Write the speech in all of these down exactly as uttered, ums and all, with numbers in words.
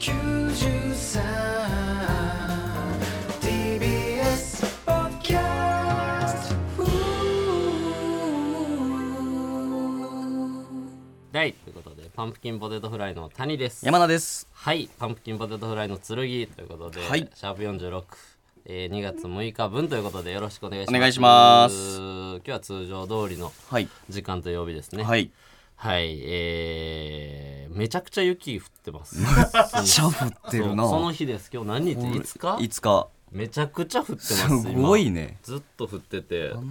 きゅうじゅうさん ティービーエス ポッドキャスト第ということでパンプキンポテトフライの谷です。 山田です。 はい、パンプキンポテトフライの剣ということで、 はい、 シャープよんじゅうろく、えー、にがつむいかぶんということでよろしくお願いします。 お願いします。 今日は通常通りの時間と曜日ですね。 はい、 はい、えー、めちゃくちゃ雪降ってます。 めっちゃ降ってるな。 そ, その日です。今日何日？いつか？ いつか。 めちゃくちゃ降ってます。 すごいね。 ずっと降ってて、うん、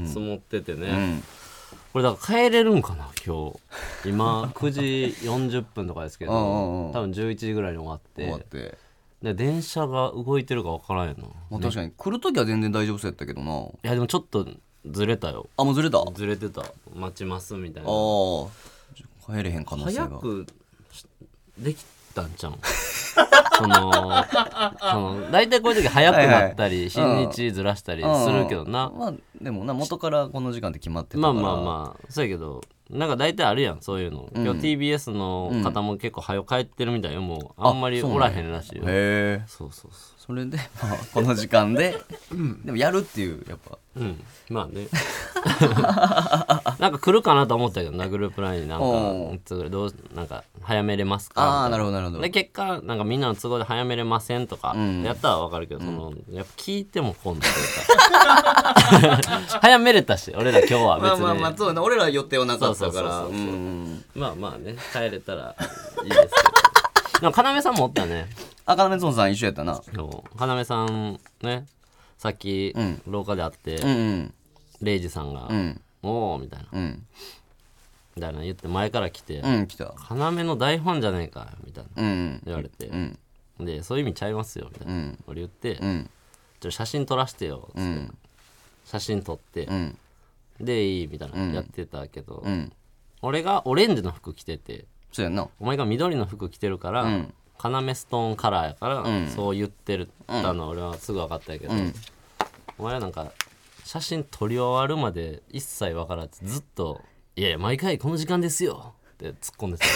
積もっててね、 うん、 これだから帰れるんかな今日。今くじよんじゅっぷんとかですけど多分じゅういちじぐらいに終わって終わってで電車が動いてるか分からんやな、 まあ、確かに来るときは全然大丈夫そうやったけどな。いやでもちょっとずれたよ。 あ、もうずれた。 ずれてた。待ちますみたいな。 ああ、帰れへん可能性が。 早くできたんちゃうんそのその大体こういう時早くなったり、はいはい、新日ずらしたりするけどな、 うんうん、まあでもな元からこの時間って決まってたから。 まあまあまあそうやけどなんか大体あるやんそういうの、うん、今日 ティービーエス の方も結構早く帰ってるみたいよ。もうあんまりおらへんらしいよ。 へえ。 そうそうそう。 それで、まあ、この時間で、うん、でもやるっていうやっぱうんまあねなんか来るかなと思ったけどな、グループラインになんかどうなんか早めれますか。 ああなるほどなるほど。 で結果なんかみんなの都合で早めれませんとかやったらわかるけど、うん、そのやっぱ聞いても今度というか早めれたし俺ら今日は別にまあまあまあそうな、俺ら予定はなかったからまあまあね帰れたらいいですけどでも要さんもおったね。 あ、要ゾンさん一緒やったな。 要さんねさっき廊下で会って、うんうん、レイジさんが、うん、おーみたいな、うん、みたいな言って前から来て、うん、来た要の大ファンじゃねえかみたいな、うん、言われて、うん、でそういう意味ちゃいますよみたいな、うん、俺言って、うん、ちょっと写真撮らせてよっつって、うん、写真撮って、うん、でいいみたいなやってたけど、うん、俺がオレンジの服着てて、 そうやな、 お前が緑の服着てるから、うん要ストーンカラーやから、うん、そう言ってるたのは俺はすぐ分かったんやけど、うん、お前はなんか写真撮り終わるまで一切分からずずっと「いやいや毎回この時間ですよ」って突っ込んで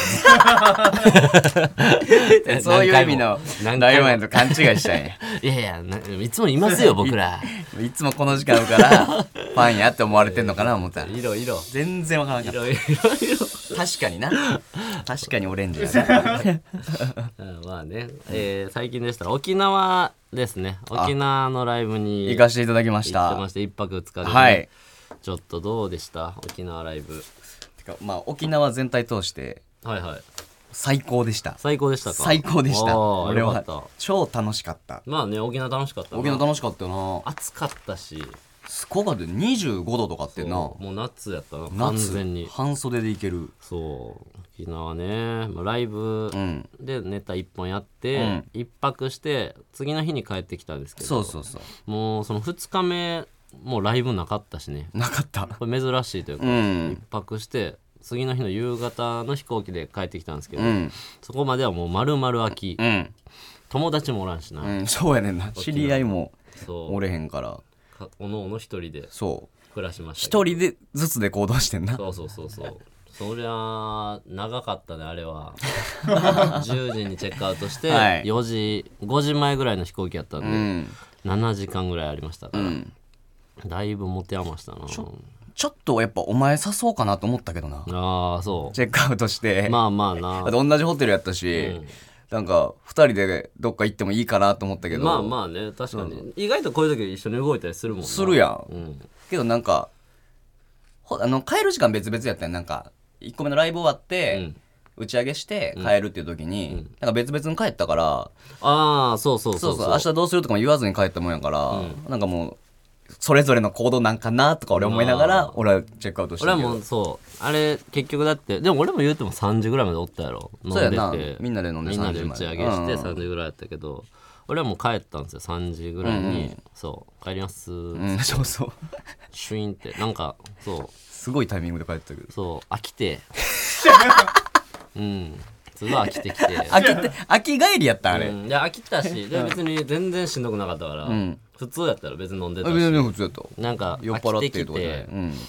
たそういう意味の大ファンと勘違いしたんや。 いやいやいつもいますよ僕らい, いつもこの時間からファンやって思われてんのかな思ったら色色全然わからなかった。 色色色確かにな確かにオレンジやねまあね、えー、最近でしたら沖縄ですね。沖縄のライブに行かせていただきました。 行ってましていっぱくふつかで、ね、 はい、 ちょっとどうでした沖縄ライブ。 てかまあ沖縄全体通してはいはい最高でした。 最高でしたか。 最高でした。俺は超楽しかった。 まあね沖縄楽しかったな。 沖縄楽しかったよな。 暑かったしすごかった。にじゅうごどとかってな、 もう夏やったな完全に。 半袖でいける。 そう沖縄ね、まあ、ライブでネタいっぽんやって、うん、いっぱくして次の日に帰ってきたんですけど、 そうそうそう、 もうそのふつかめもうライブなかったしね。 なかった。 これ珍しいというか、うん、いっぱくして次の日の夕方の飛行機で帰ってきたんですけど、うん、そこまではもう丸々空き、うん、友達もおらんしな、 うん、そうやねんな。知り合いもおれへんからかおのおの一人で暮らしました。 一人でずつで行動してんな。 そうそうそうそうそりゃ長かったねあれはじゅうじにチェックアウトして、はい、よじごじまえぐらいの飛行機やったんで、うん、ななじかんぐらいありましたから、うん、だいぶ持て余したな。 ちょちょっとやっぱお前誘おうかなと思ったけどな。 ああそうチェックアウトしてまあまあな、 だって同じホテルやったし、うん、なんかふたりでどっか行ってもいいかなと思ったけど、 まあまあね確かに、うん、意外とこういう時一緒に動いたりするもんな。 するやん、うん、けどなんかあの帰る時間別々やったん。なんかいっこめのライブ終わって、うん、打ち上げして帰るっていう時に、うん、なんか別々に帰ったから、 ああそうそうそうそうそうそう明日どうするとかも言わずに帰ったもんやから、うん、なんかもうそれぞれの行動なんかなとか俺思いながら俺はチェックアウトしてるけど。 俺はもうそうあれ結局だってでも俺も言うてもさんじぐらいまでおったやろ。飲んでてそうやなみんなで飲んでみんなで打ち上げしてさんじぐらいやったけど、うん、俺はもう帰ったんですよさんじぐらいに、うんうん、そう帰ります、うん、 そうそうシュインってなんかそうすごいタイミングで帰ったけどそう飽きてうんすごい飽きてきて飽きて飽き帰りやったあれ、うん、 いや飽きたしで別に全然しんどくなかったから、うん、普通やったら別に飲んでたし別に普通やったなんか飽きてきて、 うん、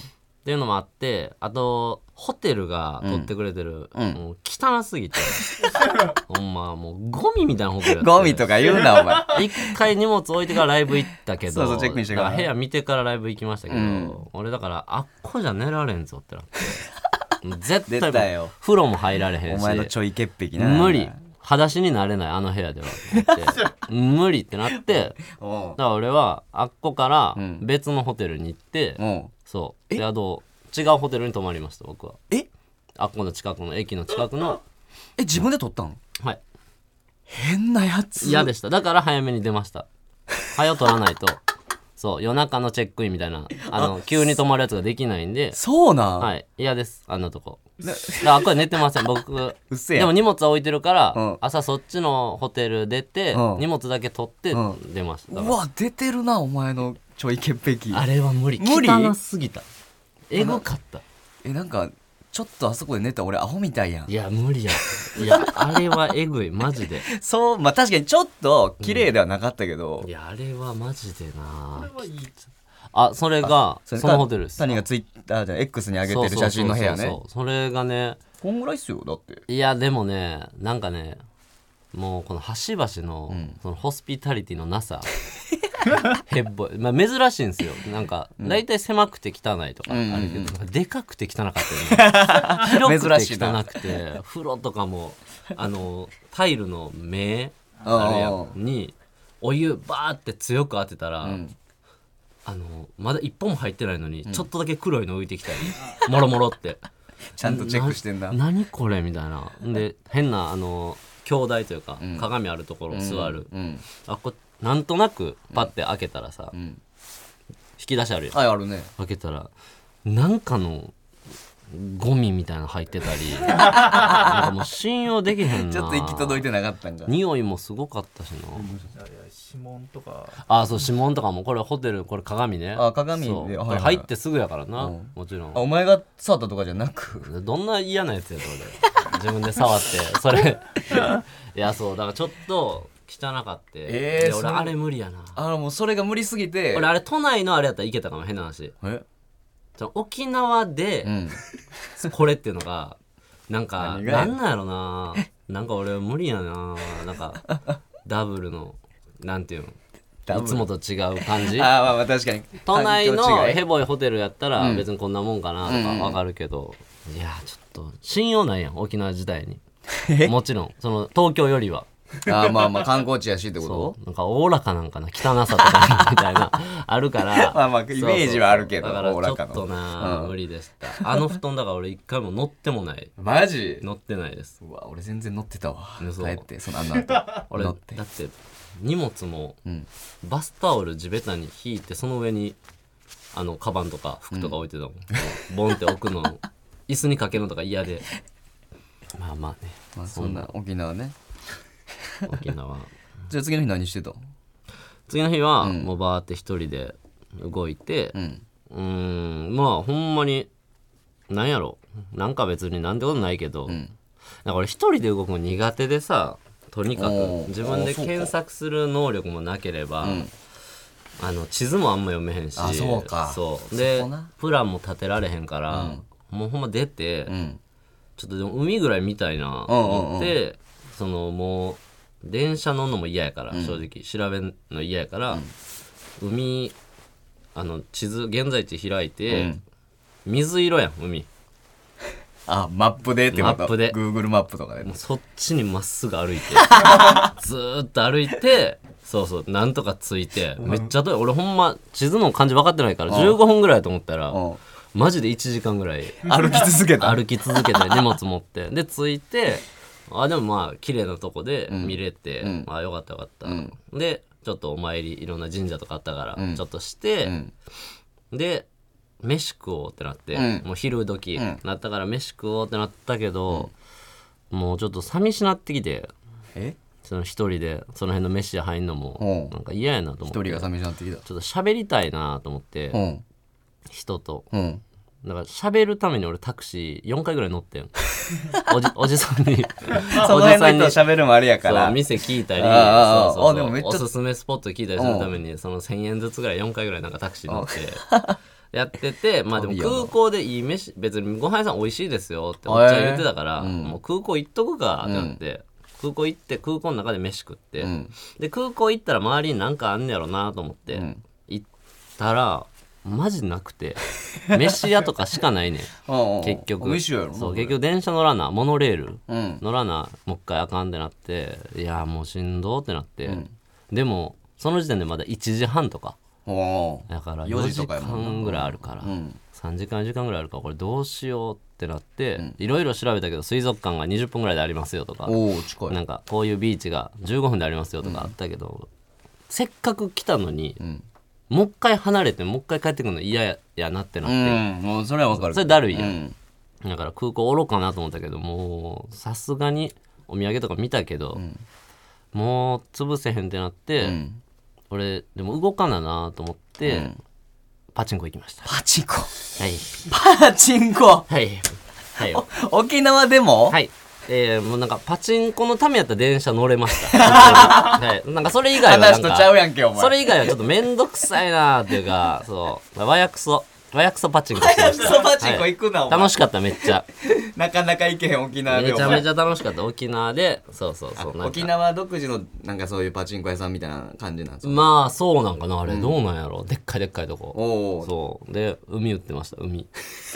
っていうのもあって、あとホテルが取ってくれてる、うん、もう汚すぎてほんまもうゴミみたいなホテルやってゴミとか言うなお前一回荷物置いてからライブ行ったけどそうそうチェックインしてから部屋見てからライブ行きましたけど、うん、俺だからあっこじゃ寝られんぞってなって絶対風呂も入られへんしお前のちょい潔癖な無理裸足になれないあの部屋ではって無理ってなってだから俺はあっこから別のホテルに行って、うん、そうであと違うホテルに泊まりました僕は。 えあっこの近くの駅の近くのえ自分で撮ったの？ はい変なやつ嫌でした。だから早めに出ました。早取らないとそう夜中のチェックインみたいなあの急に泊まるやつができないんで。 そうなんはい嫌ですあんなとこあっこれ寝てません僕でも荷物は置いてるから、うん、朝そっちのホテル出て、うん、荷物だけ取って出ました、 うん、うわ出てるなお前のちょい潔癖。 あれは無理無理汚すぎたエグかった。 えなんかちょっとあそこで寝た俺アホみたいやん。 いや無理やいやあれはエグいマジでそうまあ確かにちょっと綺麗ではなかったけど、 うん、いやあれはマジでなあそれがそのホテルです。 谷がツイッターじゃ X に上げてる写真の部屋ね。そうそうそうそうそれがねこんぐらいっすよだって。 いやでもねなんかねもうこの端々 の,、うん、そのホスピタリティのなさへっぼい、まあ、珍しいんですよ。なんか大体狭くて汚いとかあるけど、うん、でかくて汚かったよね広くて汚くて風呂とかもあのタイルの目あるやんにお湯バーって強く当てたら、うん、あのまだ一本も入ってないのに、うん、ちょっとだけ黒いの浮いてきたりもろもろってちゃんとチェックしてんだ。 な何これみたいなで変なあの鏡台というか、うん、鏡あるところ座る、うんうん、あこなんとなくパッて開けたらさ、うん、引き出しあるよ、 はいあるね。 開けたらなんかのゴミみたいなの入ってたりなんかもう信用できへんな。 ちょっと行き届いてなかったんか。 匂いもすごかったしな、うん、 指紋とかあそう指紋とかもこれホテルこれ鏡ねあ鏡で、 はいはい、入ってすぐやからな、うん、もちろんあお前が触ったとかじゃなくどんな嫌なやつやった俺自分で触ってそれいやそうだからちょっと汚かって、えー、俺あれ無理やな。 あもうそれが無理すぎて俺あれ都内のあれやったらいけたかも変な話。え沖縄で、うん、これっていうのがなんかなんなんやろななんか俺無理やななんかダブルのなんていうのいつもと違う感じあまあまあ確かに都内のヘボいホテルやったら別にこんなもんかなとかわかるけど、うん、いやちょっと信用ないやん沖縄自体にもちろんその東京よりはあまあまあ観光地やしってことそうなんかおおらかなんかな汚さとかみたいなあるからまあまあイメージはあるけどだからちょっとな、うん、無理でした。あの布団だから俺一回も乗ってもないマジ乗ってないです。 うわ俺全然乗ってたわ帰ってそのあの後俺だって荷物も、うん、バスタオル地べたに引いてその上にあのカバンとか服とか置いてたもん、うん、ボンって置くの椅子にかけるのとか嫌でまあまあねまあそんな沖縄ね沖縄じゃあ次の日何してた？ 次の日はもうバーって一人で動いて、うん、うーんまあほんまに何やろなんか別になんてことないけど、うん、なんか俺一人で動くの苦手でさとにかく自分で検索する能力もなければ、うん、あの地図もあんま読めへんしあそうかそうでプランも立てられへんから、うん、もうほんま出て、うん、ちょっとでも海ぐらい見たいなと思って、うんうんうん、そのもう電車乗るのも嫌やから、うん、正直調べるの嫌やから、うん、海あの地図現在地開いて、うん、水色やん海あマップでってことマップで Google マップとかでもうそっちにまっすぐ歩いてずーっと歩いてそうそうなんとかついてめっちゃ遠い俺ほんま地図の感じ分かってないからじゅうごふんぐらいと思ったらマジでいちじかんぐらい歩き続けた歩き続けて荷物持ってで着いてあでもまあ綺麗なとこで見れて、うん、あよかったよかった、うん、でちょっとお参りいろんな神社とかあったから、うん、ちょっとして、うん、で飯食おうってなって、うん、もう昼時、うん、なったから飯食おうってなったけど、うん、もうちょっと寂しなってきてえその一人でその辺の飯入んのもなんか嫌やなと思って一人が寂しなってきたちょっと喋りたいなと思って、うん、人と、うんだから喋るために俺タクシーよんかいぐらい乗ってんおじ、おじさんにその辺の人と喋るもあれやからそう店聞いたりそうそうそうでもめっちゃおすすめスポット聞いたりするためにそのせんえんずつぐらいよんかいぐらいなんかタクシー乗ってやっててまあでも空港でいい飯別にご飯屋さん美味しいですよっておっちゃん言ってたから、えーうん、もう空港行っとくかってなって、うん、空港行って空港の中で飯食って、うん、で空港行ったら周りに何かあんねやろなと思って、うん、行ったらマジなくて飯屋とかしかないねん結局そう結局電車乗らなモノレール、うん、乗らなもう一回あかんってなっていやもうしんどってなって、うん、でもその時点でまだいちじはんとかだからよじかんぐらいあるから、うん、さんじかんよじかんぐらいあるからこれどうしようってなっていろいろ調べたけど水族館がにじゅっぷんぐらいでありますよとかなんかこういうビーチがじゅうごふんでありますよとかあったけど、うん、せっかく来たのに、うんもう一回離れてもう一回帰ってくるの嫌 や, やなってなって、 うん、もうそれは分かるそれだるいやん、うん、だから空港おろうかなと思ったけどもうさすがにお土産とか見たけど、うん、もう潰せへんってなって、うん、俺でも動かななと思って、うん、パチンコ行きましたパチンコはいパチンコはいはい沖縄でもはいえー、もうなんかパチンコのためやったら電車乗れました、はい、なんかそれ以外はなんか話とちゃうやんけお前それ以外はちょっとめんどくさいなーっていうかそう和訳そ和訳そパチンコしてました和訳そパチンコ行くな、はい、 楽しかっためっちゃなかなか行けへん沖縄でめちゃめちゃ楽しかった沖縄でそうそうそうなんか沖縄独自のなんかそういうパチンコ屋さんみたいな感じなんですかまあそうなんかなあれ、うん、どうなんやろでっかいでっかいとこおそうで海売ってました海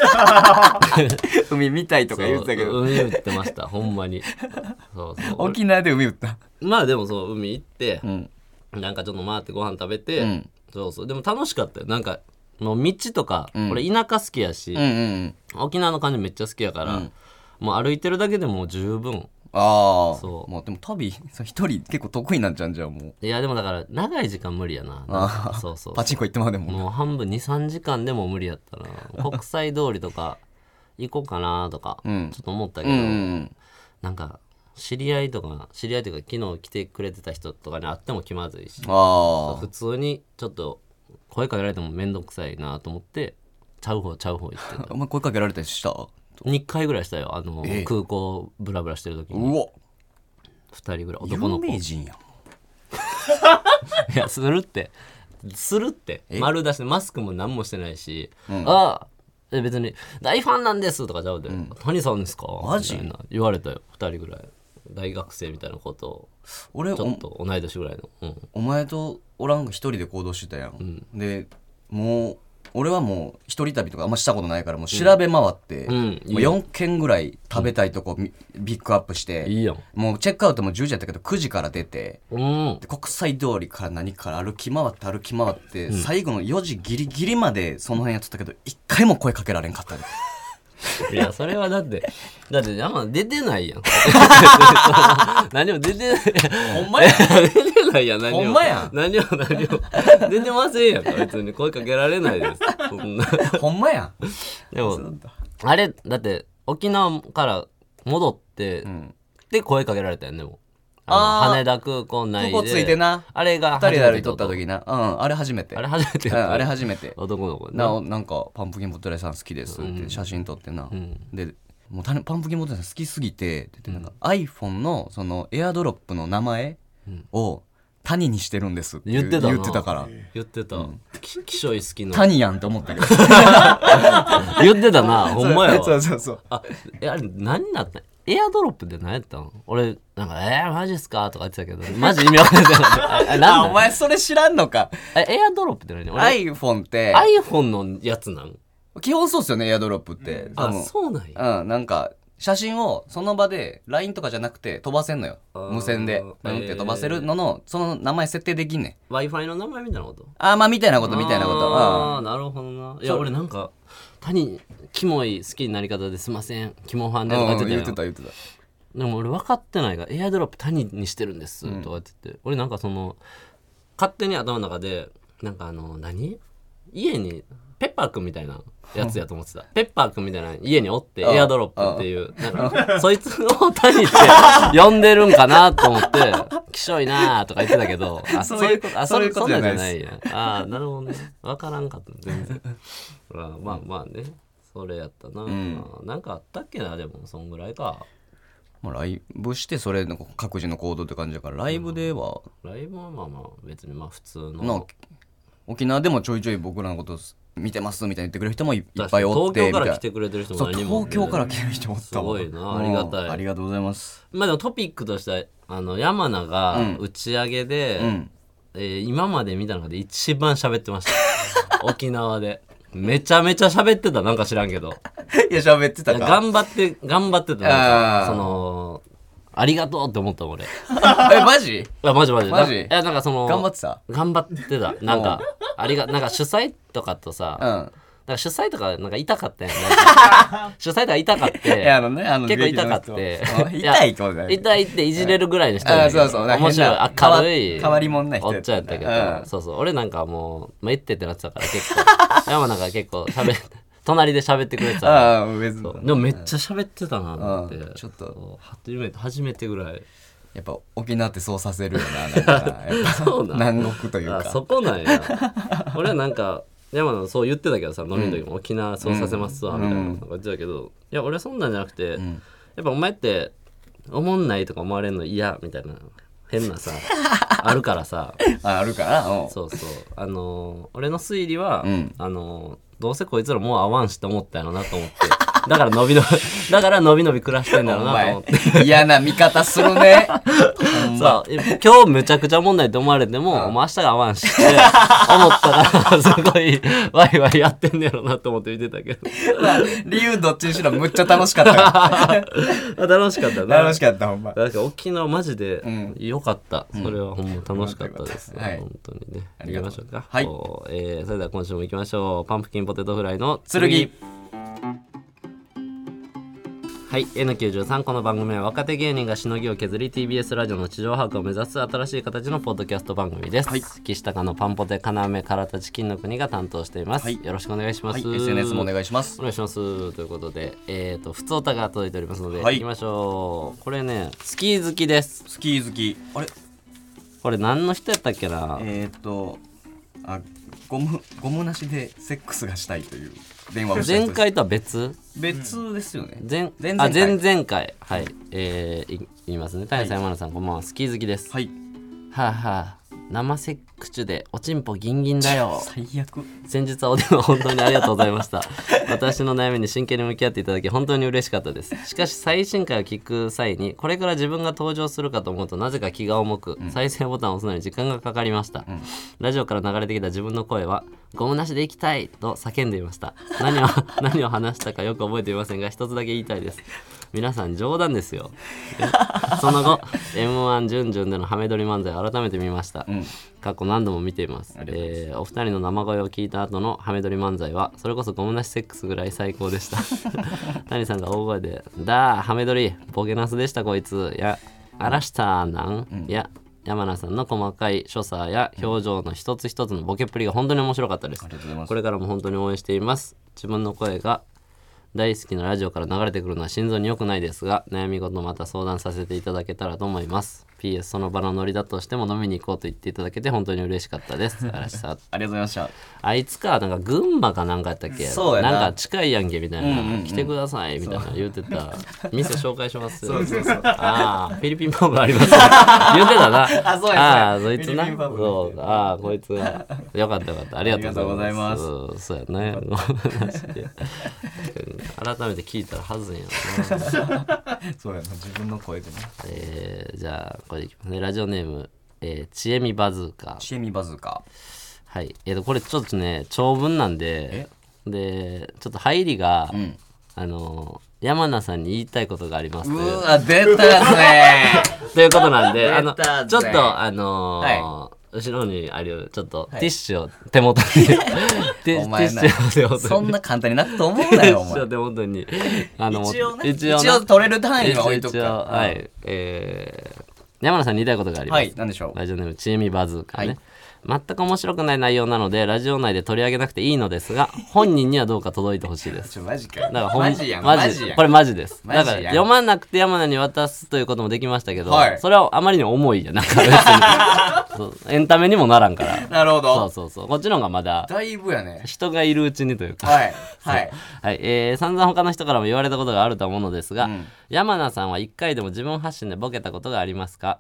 海見たいとか言ってたけど海売ってましたほんまにそうそう沖縄で海売ったまあでもそう海行って、うん、なんかちょっと回ってご飯食べて、うん、そうそうでも楽しかったよなんかもう道とか、うん、俺田舎好きやし、うんうんうん、沖縄の感じめっちゃ好きやから、うん、もう歩いてるだけでもう十分ああそうもうでも旅一人結構得意になっちゃうんじゃんもういやでもだから長い時間無理やなあそうそうそうパチンコ行ってまでももう半分 にさんじかんでも無理やったな国際通りとか行こうかなとか、うん、ちょっと思ったけど、うんうん、なんか知り合いとか知り合いというか昨日来てくれてた人とかに会っても気まずいしあ普通にちょっと声かけられてもめんどくさいなと思ってちゃう方ちゃう方言ってたお前声かけられたりしたにかいぐらいしたよあの、えー、空港ブラブラしてる時にうわふたりぐらい男の子有名人やんいやするってするって丸出しでマスクも何もしてないし、うん、ああ別に大ファンなんですとかちゃうで、うん、何さんですかマジみたいな言われたよふたりぐらい大学生みたいなことを俺ちょっと同い年ぐらいの、うん、 お前とおらんが一人で行動してたやん、うん、でもう俺はもう一人旅とかあんましたことないからもう調べ回って、うん、もうよんけんぐらい食べたいとこ、うん、ビッグアップしていいやんもうチェックアウトもじゅうじやったけどくじから出て、うん、で国際通りから何から歩き回って歩き回って、うん、最後のよじギリギリまでその辺やってたけど一回も声かけられんかったでいやそれはだってだってあんま出てないやん何も出てないほんまや出てないやん何もほんまや何も何も出てませんやんか別に声かけられないですそんなほんまやでもあれだって沖縄から戻って、うん、で声かけられたやんでもあの羽田空港内で空港ついてなあれがふたりで歩いとった時なうんあれ初めてあれ初めて、 うん、あれ初めて男の子ななんかパンプキンボトレさん好きですって写真撮ってな、うん、でもうパンプキンボトレさん好きすぎてってなんか iPhone のそのエアドロップの名前を谷にしてるんですって言ってた言ってたから言ってた、うん、ききしょい好きの谷やんって思ったけど言ってたなほんまやわそうそうそうあえあれ何だったエアドロップって何やったん俺なんかえー、マジっすかとか言ってたけどマジ意味わかんないあお前それ知らんのかえエアドロップって何俺 iPhone って iPhone のやつなん基本そうっすよねエアドロップって、うん、 あそうなんやうんなんか写真をその場で ライン とかじゃなくて飛ばせんのよ無線でうんって飛ばせるののその名前設定できんねん Wi-Fi の名前みたいなことあまあみたいなことみたいなことああなるほどないや俺なんか谷キモい好きになり方ですいませんキモファンでとか言ってたよ、うん、 言ってた言ってたでも俺分かってないからエアドロップ谷にしてるんですとか言ってて、うん、俺なんかその勝手に頭の中でなんかあの何家にペッパーくんみたいなやつやと思ってたペッパーくんみたいな家におってエアドロップっていうなんかそいつを谷って呼んでるんかなと思ってきしょいなとか言ってたけどあそういうことあそういうことじゃないやあなるほどね分からんかった全然まあまあまあねそれやったな、うん、なんかあったっけなでもそんぐらいかまあ、ライブしてそれの各自の行動って感じだからライブでは、 うん、ライブはまあまあ別にまあ普通の沖縄でもちょいちょい僕らのこと見てますみたいに言ってくれる人もいっぱいおって東京から来てくれてる人もそう何人も東京から来てる人もおったわ。 すごいな、ありがたい。 ありがとうございます。 まあでもトピックとしてはあの山名が打ち上げで、 うんえー今まで見た中で一番喋ってました沖縄でめちゃめちゃ喋ってた。なんか知らんけどいや喋ってたか。 頑張って頑張ってた。なんあーかそのありがとうって思ったもん俺。 えマジ？ いやマジマジマジないやなんかその頑張ってた？ 頑張ってた。なんかありがなんか主催とかとさ、 うん。 なんか主催とかなんか痛かったやん。なんか主催とか痛かっいてやあのねあの結構痛かって劇場の人痛いってことだよね。 痛いっていじれるぐらいの人やねんけどあそうそう面白いなんか明るい変わり者な人おやったっちゃんやったけど、 うんそうそう俺なんかもうまあ、言ってってなってたから結構山なんか結構喋って隣で喋ってくれてたからああ別にそうでもめっちゃ喋ってたなと思って、 うんちょっとそう初めて初めてぐらいやっぱ沖縄ってそうさせるよななんかやっぱそうなん南国というか。 あそこなんや俺はなんか山野そう言ってたけどさ飲みの時も沖縄そうさせますわみたいなの言ってたけど、いや俺はそんなんじゃなくて、 んやっぱお前っておもんないとか思われるの嫌みたいな変なさあるからさああるからうんそうそうあのー俺の推理は、 うんあのーどうせこいつらもう合わんしって思ったやろなと思ってだから伸び伸びだから伸び伸び暮らしてんだろうなと思ってお前嫌な見方するね。ほんまそう今日むちゃくちゃおもんないと思われても、お前明日が合わんしって思ったからすごいワイワイやってんねやろなと思って見てたけどまあ理由どっちにしろむっちゃ楽しかったか楽しかったら。 な楽しかったほんま。 なんか沖縄マジでん良かった、それはほんま楽しかったです、 うんはい本当にねありがとう行きましょうかはいこうえーそれでは今週も行きましょう。パンプキンポテトフライの剣。 はい エヌきゅうじゅうさん この番組は若手芸人がしのぎを削り ティービーエス ラジオの地上把握を目指す新しい形のポッドキャスト番組です、 はい岸高のパンポテカナメカラタチキンの国が担当しています、 はいよろしくお願いしまはいす、 エスエヌエス もお願いしますお。願いしますということでえっ、とふつおたが届いておりますので、 はい行きましょう。これねスキー好きです。 スキー好きあれこれ何の人やったっけな、 えーっとあゴムゴムなしでセックスがしたいという電話をした人です。 前回とは別別ですよね。 前前々回あ前々回はいえー、い言いますね。谷さん山野さんこんばんは。スキー好きです。 はい。 はあはあ生セックチュでおちんぽギンギンだよ。 最悪。 先日はお電話本当にありがとうございました。私の悩みに真剣に向き合っていただき本当に嬉しかったです。しかし最新回を聞く際にこれから自分が登場するかと思うとなぜか気が重く、再生ボタンを押すのに時間がかかりました、ラジオから流れてきた自分の声はゴムなしで行きたいと叫んでいました。何を何を話したかよく覚えていませんが一つだけ言いたいです。皆さん冗談ですよ。その後 エムワン 準々でのハメ撮り漫才を改めて見ました、 ん過去何度も見ています。えーお二人の生声を聞いた後のハメ撮り漫才はそれこそゴムなしセックスぐらい最高でした。谷さんが大声で「だーハメ撮りボケナスでしたこいつ」や「あらしたなん」いや山名さんの細かい所作や表情の一つ一つのボケっぷりが本当に面白かったです。 ありがとうございますこれからも本当に応援しています。自分の声が大好きなラジオから流れてくるのは心臓に良くないですが、悩み事また相談させていただけたらと思います。ピーエス その場のノリだとしても飲みに行こうと言っていただけて本当に嬉しかったです。あらしさありがとうございました。 あいつかなんか群馬かなんかやったっけ。 そうやななんか近いやんけみたいな、 うんうんうん来てくださいみたいな言ってた。店紹介しますそうそうそうああフィリピンパブあります、ね、言ってたな。 あそうやああそいつなフィリピンパブそうああこいつがよかったよかったありがとうございます。 ありがとうございそうそうやね。ごめんなさい改めて聞いたらはずいんやろな。 そうやな自分の声でね。 えー、じゃあこれいきますね。ラジオネーム、えー、ちえみバズーカ。 チエミバズーカ。 はいえー、とこれちょっとね長文なんででちょっと入りが、 んあの山名さんに言いたいことがありますといううわ出たぜということなんであの出たぜちょっとあのーは後ろにあるちょっとはいティッシュを手元に、ティティお前なッシュを手元にそんな簡単になくと思うなティよお前ッシュを手元にあの一応ね一応一応取れる単位は置いとく一応かはいえー、山名さんに言いたいことがあります。 はい何でしょう。 ラジオネームちえみバズーカね、 はい全く面白くない内容なのでラジオ内で取り上げなくていいのですが本人にはどうか届いてほしいです。 ちょマジかだからほんマジやんママジやんジこれマジです。 マジやんだから読まなくて山名に渡すということもできましたけど、 はいそれはあまりに重いじゃんなんか別にそうエンタメにもならんからなるほどそうそうそうこっちの方がまだだいぶやね人がいるうちにというかはいはいはい、えー、散々他の人からも言われたことがあると思うのですが、 うん山名さんはいっかいでも自分発信でボケたことがありますか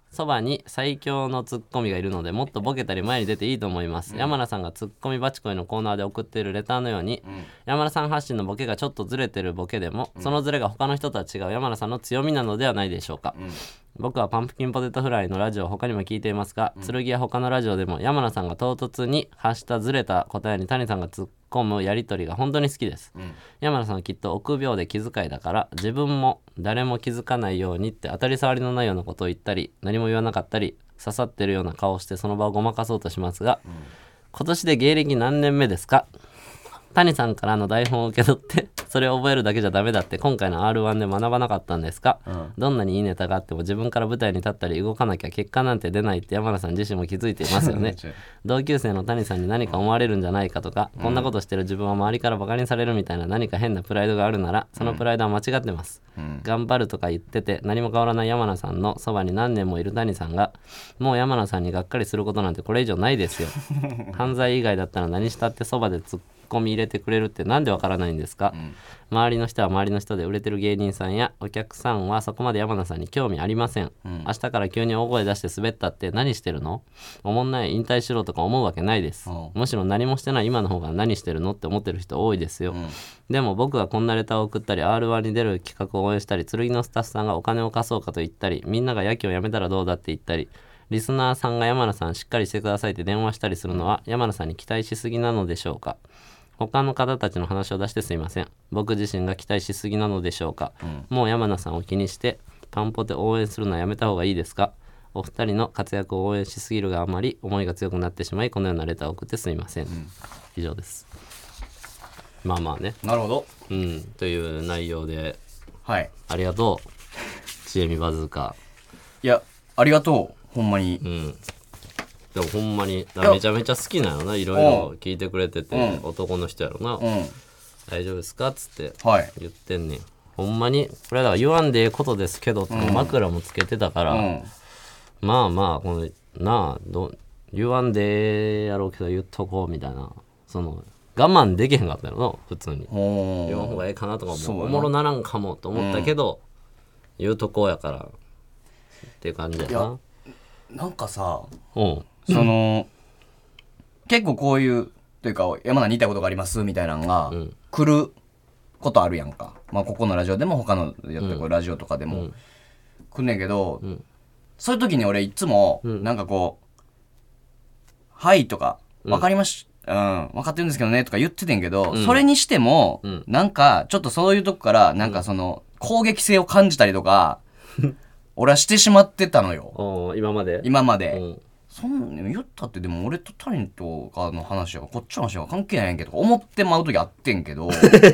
そばに最強のツッコミがいるのでもっとボケたり前に出ていいと思います、うん、山名さんがツッコミバチコイのコーナーで送っているレターのように、うん、山名さん発信のボケがちょっとずれてるボケでも、うん、そのずれが他の人とは違う山名さんの強みなのではないでしょうか、うん、僕はパンプキンポテトフライのラジオを他にも聞いていますが、うん、剣や他のラジオでも山名さんが唐突に発したずれた答えに谷さんが突っ込むやり取りが本当に好きです、うん、山名さんはきっと臆病で気遣いだから自分も誰も気づかないようにって当たり障りのないようなことを言ったり何も言わなかったり刺さってるような顔をしてその場をごまかそうとしますが、うん、今年で芸歴何年目ですか？谷さんからの台本を受け取ってそれを覚えるだけじゃダメだって今回の アールワン で学ばなかったんですか、うん、どんなにいいネタがあっても自分から舞台に立ったり動かなきゃ結果なんて出ないって山名さん自身も気づいていますよね同級生の谷さんに何か思われるんじゃないかとか、うん、こんなことしてる自分は周りからバカにされるみたいな何か変なプライドがあるならそのプライドは間違ってます、うん、頑張るとか言ってて何も変わらない山名さんのそばに何年もいる谷さんがもう山名さんにがっかりすることなんてこれ以上ないですよ犯罪以外だったら何したってそばで突っ込み入れてくれるってなんでわからないんですか、うん、周りの人は周りの人で売れてる芸人さんやお客さんはそこまで山名さんに興味ありません、うん、明日から急に大声出して滑ったって何してるの？おもんない引退しろとか思うわけないです、うん、むしろ何もしてない今の方が何してるのって思ってる人多いですよ、うん、でも僕がこんなレターを送ったり アールワン に出る企画を応援したり剣のスタッフさんがお金を貸そうかと言ったりみんなが野球をやめたらどうだって言ったりリスナーさんが山名さんしっかりしてくださいって電話したりするのは山名さんに期待しすぎなのでしょうか？他の方たちの話を出してすいません。僕自身が期待しすぎなのでしょうか、うん、もう山名さんを気にしてパンポテ応援するのはやめた方がいいですか？お二人の活躍を応援しすぎるがあまり思いが強くなってしまいこのようなレターを送ってすいません、うん、以上です。まあまあね、 なるほど、 うん、という内容で、 はい、 ありがとうちえみバズーカ。 いやありがとうほんまに、 うん、でもほんまにめちゃめちゃ好きなのな、いろいろ聞いてくれてて、うん、男の人やろな、うん、大丈夫ですかっつって言ってんねん、はい、ほんまにこれだから言わんでええことですけど、うん、枕もつけてたから、うん、まあまあこのなあど言わんでええやろうけど言っとこうみたいな、その我慢できへんかったよな普通に言わん方がええかなとかもおもろならんかもと思ったけど、うん、言うとこうやからっていう感じやな。いやなんかさ、うん、その、うん、結構こういうというか山名に言いたいことがありますみたいなのが来ることあるやんか、まあ、ここのラジオでも他のやってる、うん、ラジオとかでも、うん、来んねんけど、うん、そういう時に俺いつもなんかこう、うん、はいとか分かりまし、うん、分かってるんですけどねとか言っててんけど、うん、それにしても、うん、なんかちょっとそういうとこからなんかその攻撃性を感じたりとか俺はしてしまってたのよ今まで今まで、うん、そんな言ったってでも俺とタリンとかの話はこっちの話は関係ないやんけとか思ってまう時あってんけど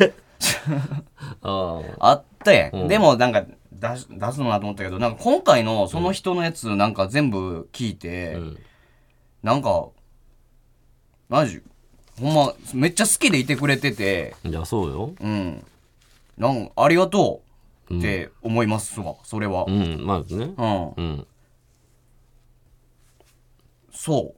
あ, あったやん、うん、でもなんか出す出すのなと思ったけどなんか今回のその人のやつなんか全部聞いて、うん、なんかマジほんまめっちゃ好きでいてくれてていやそうようんなんありがとうって思いますわ、うん、それはうんまずねうん、うん、 そう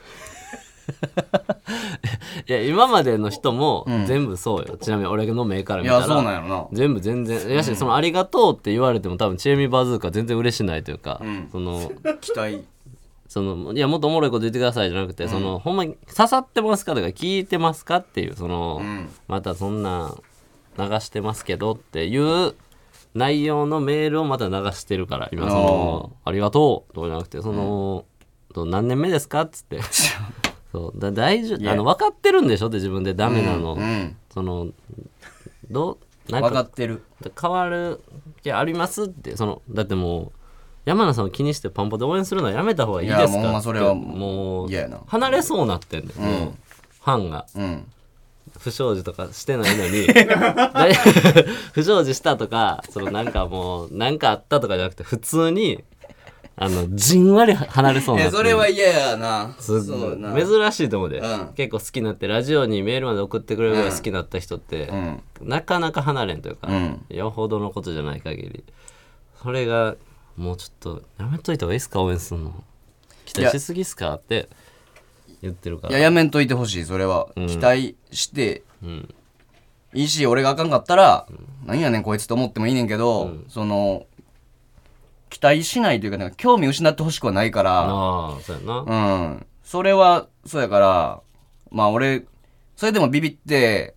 いや今までの人も全部そうよ、うん、ちなみに俺の目から見たらいやそうなんやろな全部全然やし、うん、そのありがとうって言われても多分チエミバズーカ全然嬉しないというか、うん、その期待そのいやもっとおもろいこと言ってくださいじゃなくて、うん、そのほんまに刺さってますかとか聞いてますかっていうその、うん、またそんな流してますけどっていう内容のメールをまた流してるから今そのありがとうとかじゃなくてその、うん、何年目ですかっつってそうだ大丈夫あの分かってるんでしょって自分でダメなの、うんうん、そのどうなんか分かってる変わる気ありますってそのだってもう山名さんを気にしてパンポで応援するのはやめた方がいいですかって。いやもうそれはもう離れそうなってんだよ、うん、もうファンが、うん、不祥事とかしてないのに不祥事したとかそのなんかもうなんかあったとかじゃなくて普通にあのじんわり離れそうなって。 いやそれは嫌やなすそうな珍しいと思うで、うん、結構好きになってラジオにメールまで送ってくれるぐらい好きになった人って、うん、なかなか離れんというか、うん、よほどのことじゃない限りそれがもうちょっとやめといた方がいいっすか応援するの期待しすぎっすかって言ってるから。 いややめんといてほしいそれは、うん、期待して、うん、いいし俺があかんかったら、うん、何やねんこいつと思ってもいいねんけど、うん、その期待しないというか、なんか興味失ってほしくはないから。 ああ、そうやな。 うん。それは、そうやから、まあ俺、それでもビビって、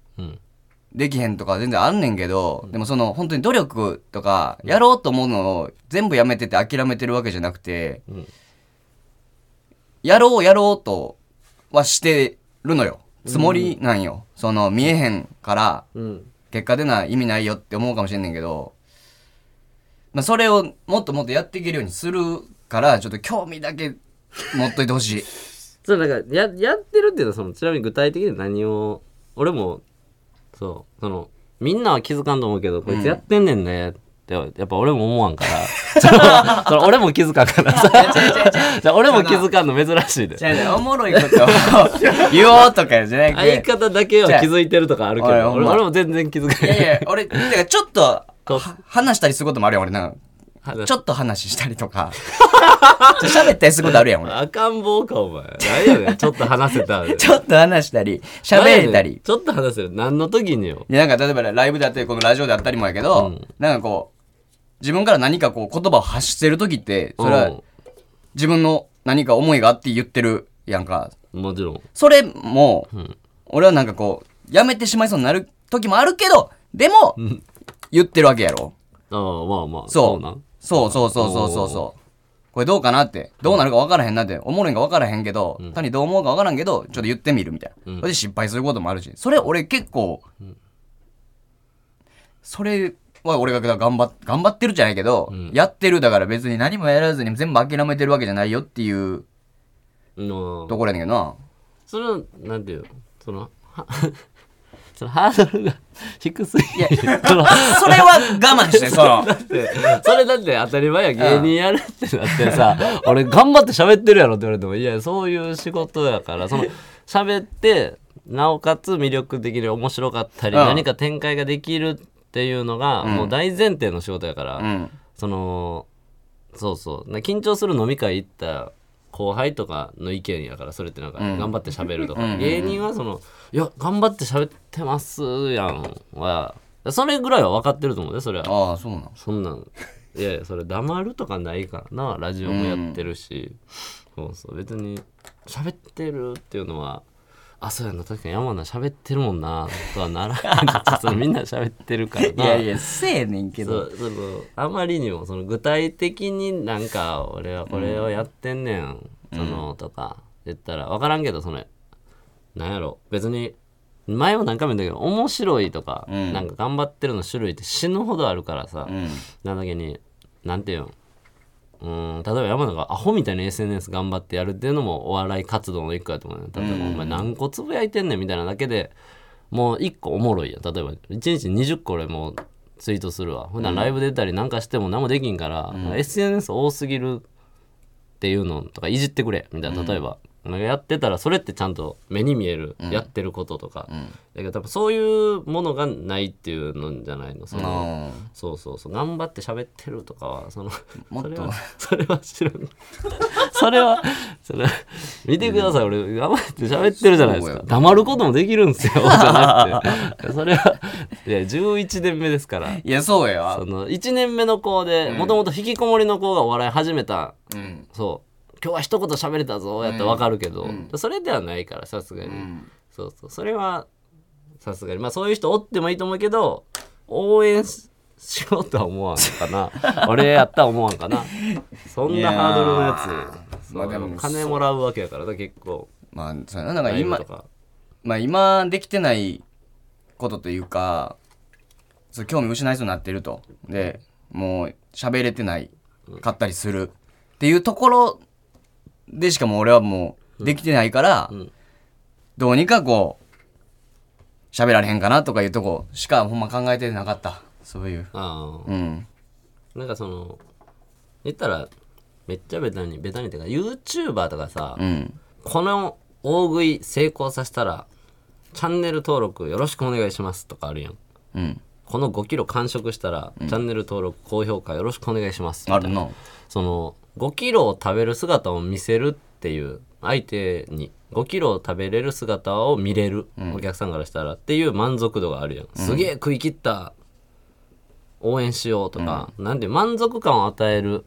うん、できへんとか全然あんねんけど、うん、でもその本当に努力とか、やろうと思うのを全部やめてて諦めてるわけじゃなくて、うん、やろうやろうとはしてるのよ。つもりなんよ。うん、その見えへんから、うん、結果出ない意味ないよって思うかもしれんねんけど、まあ、それをもっともっとやっていけるようにするから、ちょっと興味だけ持っといてほしい。 そう、なんかや、やってるっていうのはその、ちなみに具体的に何を、俺もそうそのみんなは気づかんと思うけど、こいつやってんねんねってやっぱ俺も思わんからその俺も気づかんからさじゃ俺も気づかんの珍しいで。 じゃあおもろいことを言おうとかじゃなくて、 相方だけは気づいてるとかあるけど、俺, 俺も全然気づかない。 いやいや俺だからちょっと話したりすることもあるよ俺なんか。ちょっと話したりとか喋ったりすることあるやん俺。 赤ん坊かお前。何やねんちょっと話せたちょっと話したり喋れたり、 ちょっと話せる何の時によ。 いやなんか例えばライブであったりこのラジオであったりもやけど、うん、なんかこう自分から何かこう言葉を発してる時ってそれは自分の何か思いがあって言ってるやんか。 もちろんそれも、うん、俺はなんかこうやめてしまいそうになる時もあるけどでも、うん、言ってるわけやろ。 ああまあまあそうなんそうそうそうそうそうそうこれどうかなってどうなるか分からへんなっておもろいんか分からへんけど、うん、単にどう思うか分からんけどちょっと言ってみるみたいな、うん、それで失敗することもあるし、それ俺結構、うん、それは俺が頑張っ頑張ってるじゃないけど、うん、やってるだから別に何もやらずに全部諦めてるわけじゃないよっていうところやねんけどな。 それはなんていうそのそのハードルが低すぎる。それは我慢してそのだってそれだって当たり前や芸人やるってなってさ、うん、俺頑張って喋ってるやろって言われてもいやそういう仕事やからその喋ってなおかつ魅力的で面白かったり、うん、何か展開ができるっていうのがもう大前提の仕事やから、うん、そのそうそう緊張する飲み会行った後輩とかの意見やからそれってなんか頑張って喋るとか、うん、芸人はそのいや頑張って喋ってますやんはそれぐらいは分かってると思うねそれは。 ああそうなんそんなんいやいやそれ黙るとかないからなラジオもやってるし、うん、そうそう別に喋ってるっていうのはあそうやな確かに山名喋ってるもんなとはならないそのみんな喋ってるからな。 いやいやせえねんけどそうそのあまりにもその具体的になんか俺はこれをやってんねん、うん、そのとか言ったら分からんけどそれなんやろ別に前も何回も言ったけど面白いとか、うん、なんか頑張ってるの種類って死ぬほどあるからさ、うん、なんだけになんていうのうん例えば山名がアホみたいな エスエヌエス 頑張ってやるっていうのもお笑い活動の一個やと思うね。例えば、うん、お前何個つぶやいてんねんみたいなだけでもう一個おもろいやん。例えばいちにちにじゅっこ俺もうツイートするわ。普段ライブ出たりなんかしても何もできんから、うん、エスエヌエス 多すぎるっていうのとかいじってくれみたいな。例えば、うん、やってたらそれってちゃんと目に見える、うん、やってることとか、うん、だけど多分そういうものがないっていうのじゃないの。そのそうそうそう頑張って喋ってるとかはそのもっとそれは知らんそれはそれ見てください、うん、俺頑張って喋ってるじゃないですか。黙ることもできるんですよじゃなくてそれはいやじゅういちねんめですから。 いやそうやそのいちねんめの子でもともと引きこもりの子がお笑い始めた、うん、そう今日は一言喋れたぞやったら分かるけど、うん、それではないからさすがに、うん、そうそうそれはさすがにまあそういう人おってもいいと思うけど応援 し, しようとは思わんかな俺やったら思わんかなそんなハードルのやつ、まあ、でも金もらうわけやからだ結構まあそれなんか今まあ今できてないことというかそ興味失いそうになってるとでもう喋れてないかったりするっていうところでしかも俺はもうできてないから、うんうん、どうにかこう喋られへんかなとかいうとこしかほんま考えてなかった。そういうああ、うん、なんかその言ったらめっちゃベタにベタにっていうか YouTuber とかさ、うん、この大食い成功させたらチャンネル登録よろしくお願いしますとかあるやん、うん、このごキロ完食したら、うん、チャンネル登録高評価よろしくお願いしますみたいな。あるのそのごキロを食べる姿を見せるっていう相手にごキロを食べれる姿を見れる、うん、お客さんからしたらっていう満足度があるやん、うん、すげえ食い切った応援しようとか、うん、なんで満足感を与える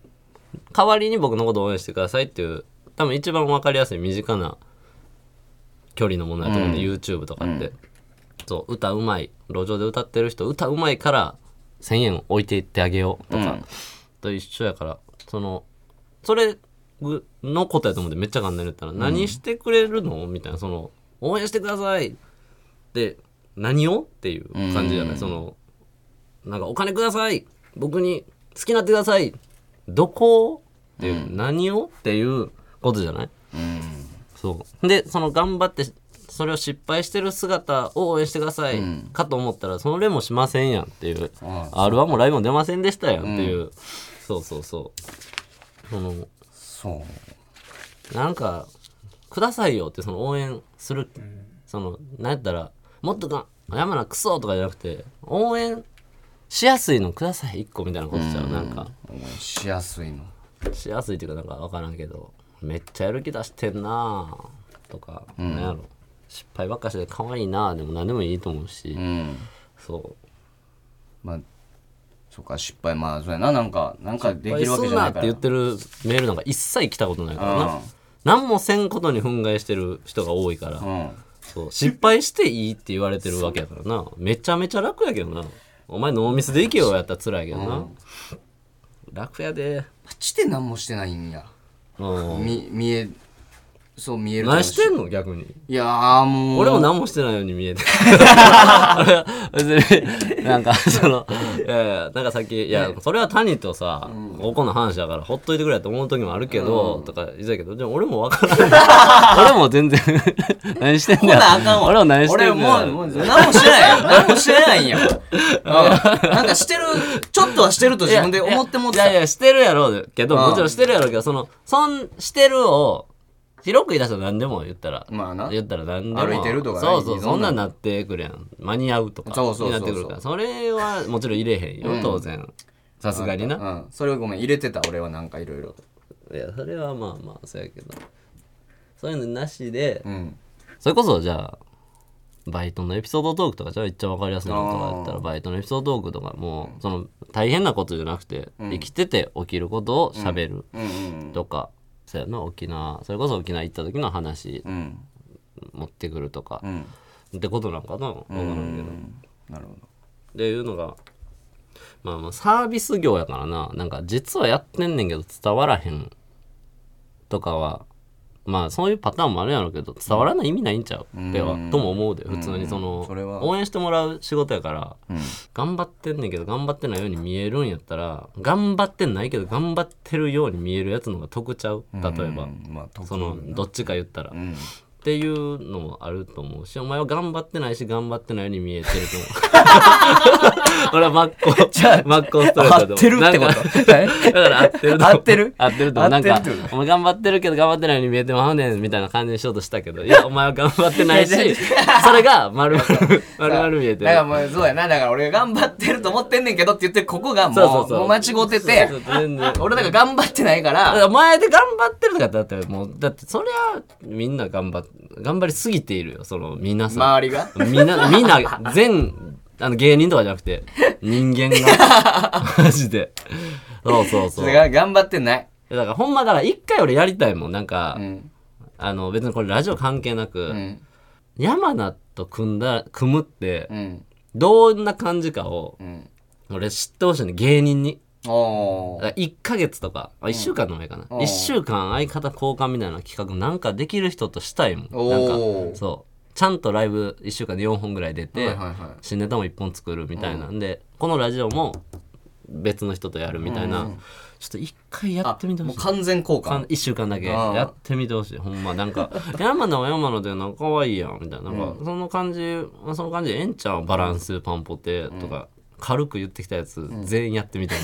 代わりに僕のことを応援してくださいっていう多分一番分かりやすい身近な距離のものだと思うんで、うん、YouTube とかって、うん、そう歌うまい路上で歌ってる人歌うまいからせんえん置いていってあげようとか、うん、と一緒やからそのそれのことやと思うんでめっちゃ簡単に言ったら、うん、何してくれるのみたいなその応援してくださいで何をっていう感じじゃない、うん、そのなんかお金ください僕に好きになってくださいどこっていう、うん、何をっていうことじゃない、うん、そうでその頑張ってそれを失敗してる姿を応援してください、うん、かと思ったらそれもしませんやんっていう、うん、アールワン もライブも出ませんでしたやんっていう、うん、そうそうそうそのそうなんかくださいよってその応援する、うん、そのなんやったらもっとか山名クソとかじゃなくて応援しやすいのくださいいっこみたいなことちゃう、うん、なんか応援しやすいのしやすいっていうかなんか分からんけどめっちゃやる気出してんなとか、うん、なんやろ失敗ばっかして可愛いなでも何でもいいと思うし、うん、そうまあそうか失敗まあそうやななんかなんかできるわけじゃないから失敗すんなって言ってるメールなんか一切来たことないからな、うん、何もせんことに憤慨してる人が多いから、うん、そう失敗していいって言われてるわけやからなめちゃめちゃ楽やけどなお前ノーミスでいけよやったら辛いけどな、うん、楽やでマジで何もしてないんや、うん、み見えそう見える何してんの逆にいやーもう俺も何もしてないように見えて別になんかそのいやいやなんかさっきいやそれは谷とさ、うん、高校の話だからほっといてくれと思う時もあるけど、うん、とか言ってたけどでも俺も分からない俺も全然何してんだよ俺も何してんだよ俺ももう何もしてないよ何もしてないんやなんかしてるちょっとはしてると自分で思ってもってたいやいやしてるやろうけどもちろんしてるやろうけどそのそんしてるを広く言い出したら何でも言ったら、まあな、言ったら何でも歩いてるとか、ね、 そうそうそんなんなってくるやん間に合うとかになってくるからそれはもちろん入れへんよ、うん、当然さすがにな、 うん、それをごめん入れてた俺はなんかいろいろいやそれはまあまあそうやけどそういうのなしで、うん、それこそじゃあバイトのエピソードトークとかじゃあめっちゃ分かりやすいのとかやったらバイトのエピソードトークとかもうその大変なことじゃなくて、うん、生きてて起きることをしゃべるとか、そうやな沖縄それこそ沖縄行った時の話、うん、持ってくるとか、うん、ってことなんかな分からんけどなるほどっていうのがまあまあサービス業やからななんか実はやってんねんけど伝わらへんとかはまあそういうパターンもあるやろうけど伝わらない意味ないんちゃう、うん、ではとも思うで普通にその、それは応援してもらう仕事やから、うん、頑張ってんねんけど頑張ってないように見えるんやったら頑張ってないけど頑張ってるように見えるやつの方が得ちゃう例えば、うんまあ、そのどっちか言ったら、うん、っていうのもあると思うしお前は頑張ってないし頑張ってないように見えてると思う俺は真っ向真っ向ストレートで合ってるってことだから合ってると合ってる合ってるとなんかお前頑張ってるけど頑張ってないように見えてまうねんみたいな感じにしようとしたけどいやお前は頑張ってないしそれが丸々丸々見えてるだからもうそうやなだから俺が頑張ってると思ってんねんけどって言ってここがもうそうそうそうもう間違っててそうそう全然俺だから頑張ってないからお前で頑張ってるとかだったらもうだってそりゃみんな頑張って頑張りすぎているよその皆さん周りがみんなみんな全あの芸人とかじゃなくて人間がマジでそうそうそうだから頑張ってないだからほんまだから一回俺やりたいもんなんか、うん、あの別にこれラジオ関係なく、うん、山名と組んだ組むって、うん、どんな感じかを、うん、俺知ってほしいね芸人にいっかげつとかいっしゅうかんの前かな、うん、いっしゅうかん相方交換みたいな企画なんかできる人としたいもんなんかそうちゃんとライブいっしゅうかんでよんほんぐらい出て、はいはいはい、新ネタもいっぽん作るみたいなんで、うん、このラジオも別の人とやるみたいな、うん、ちょっと一回やってみてほしいもう完全交換いっしゅうかんだけやってみてほしいほんまなんか山名は山名でなんか可愛いやんみたいな、なんかその感じその感じでええんちゃうバランスパンポテとか、うん軽く言ってきたやつ、うん、全員やってみたい